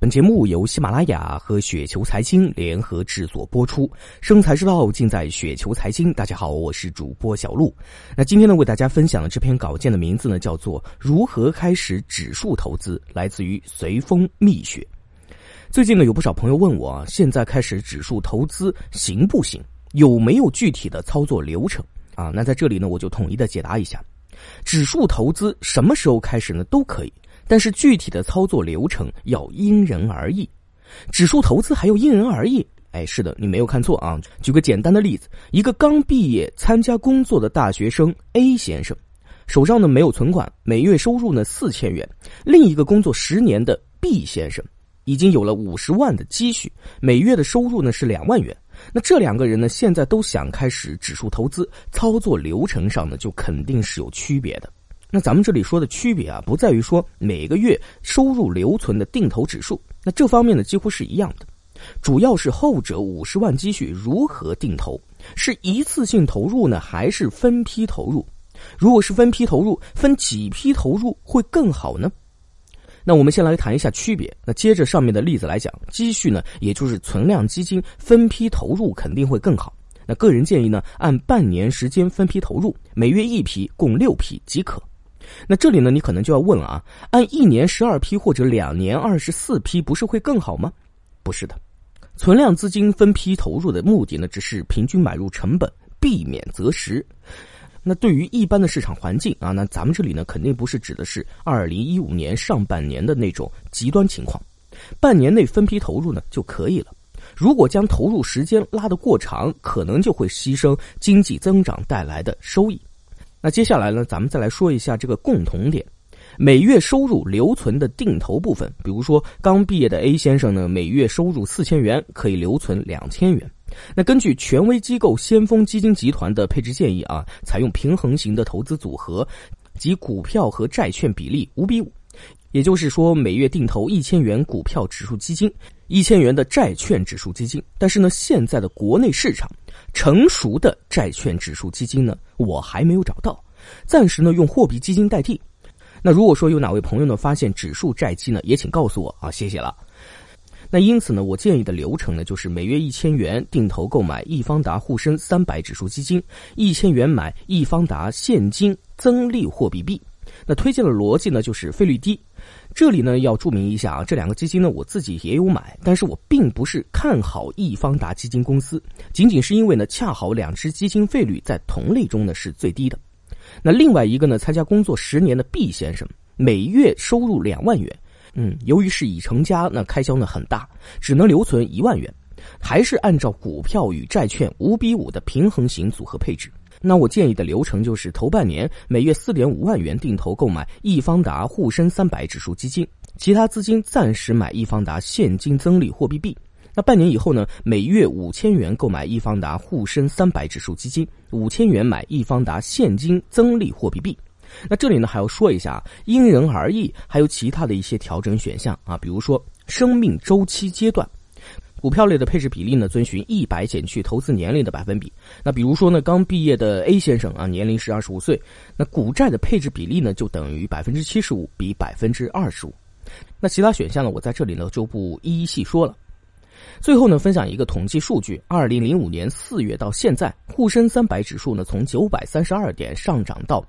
本节目由喜马拉雅和雪球财经联合制作播出，生财之道尽在雪球财经。大家好，我是主播小璐。那今天呢，为大家分享的这篇稿件的名字呢，叫做如何开始指数投资，来自于随风蜜雪。最近呢，有不少朋友问我现在开始指数投资行不行？有没有具体的操作流程啊？那在这里呢，我就统一的解答一下。指数投资什么时候开始呢？都可以。但是具体的操作流程要因人而异，指数投资还要因人而异。是的，你没有看错啊。举个简单的例子，一个刚毕业参加工作的大学生 A 先生，手上呢没有存款，每月收入呢4000元；另一个工作10年的 B 先生，已经有了50万的积蓄，每月的收入呢是2万元。那这两个人呢，现在都想开始指数投资，操作流程上呢就肯定是有区别的。那咱们这里说的区别不在于说每个月收入留存的定投指数，那这方面呢几乎是一样的，主要是后者50万积蓄如何定投，是一次性投入呢，还是分批投入？如果是分批投入，分几批投入会更好呢？那我们先来谈一下区别。那接着上面的例子来讲，积蓄呢，也就是存量基金，分批投入肯定会更好。那个人建议呢，按半年时间分批投入，每月1批，共6批即可。那这里呢，你可能就要问了按1年12批或者2年24批不是会更好吗？不是的，存量资金分批投入的目的呢，只是平均买入成本，避免择时。那对于一般的市场环境那咱们这里呢，肯定不是指的是2015年上半年的那种极端情况，半年内分批投入呢就可以了。如果将投入时间拉得过长，可能就会牺牲经济增长带来的收益。那接下来呢，咱们再来说一下这个共同点。每月收入留存的定投部分，比如说刚毕业的 A 先生呢，每月收入4000元，可以留存2000元。那根据权威机构先锋基金集团的配置建议采用平衡型的投资组合，即股票和债券比例5:5，也就是说每月定投1000元股票指数基金，1000元的债券指数基金。但是呢，现在的国内市场成熟的债券指数基金呢，我还没有找到，暂时呢用货币基金代替。那如果说有哪位朋友呢发现指数债基呢，也请告诉我谢谢了。那因此呢，我建议的流程呢，就是每月1000元定投购买易方达沪深300指数基金，1000元买易方达现金增利货币币。那推荐的逻辑呢，就是费率低。这里呢要注明一下这两个基金呢我自己也有买，但是我并不是看好易方达基金公司，仅仅是因为呢恰好两只基金费率在同类中呢是最低的。那另外一个呢，参加工作10年的 B 先生，每月收入2万元，由于是已成家，那开销呢很大，只能留存1万元，还是按照股票与债券5:5的平衡型组合配置。那我建议的流程就是头半年每月4.5万元定投购买易方达沪深300指数基金，其他资金暂时买易方达现金增利货币币。那半年以后呢，每月5000元购买易方达沪深300指数基金，5000元买易方达现金增利货币币。那这里呢还要说一下因人而异，还有其他的一些调整选项比如说生命周期阶段，股票类的配置比例呢，遵循100减去投资年龄的百分比。那比如说呢，刚毕业的 A 先生年龄是25岁，那股债的配置比例呢，就等于75%比25%。那其他选项呢，我在这里呢就不一一细说了。最后呢，分享一个统计数据，2005年4月到现在，沪深300指数呢从932点上涨到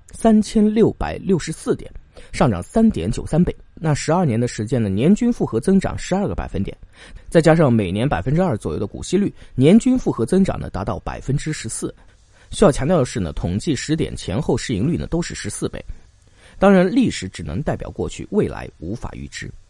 3664点，上涨3.93倍。那12年的时间呢，年均复合增长12个百分点，再加上每年2%左右的股息率，年均复合增长呢达到14%。需要强调的是呢，统计10点前后市盈率呢都是14倍。当然，历史只能代表过去，未来无法预知。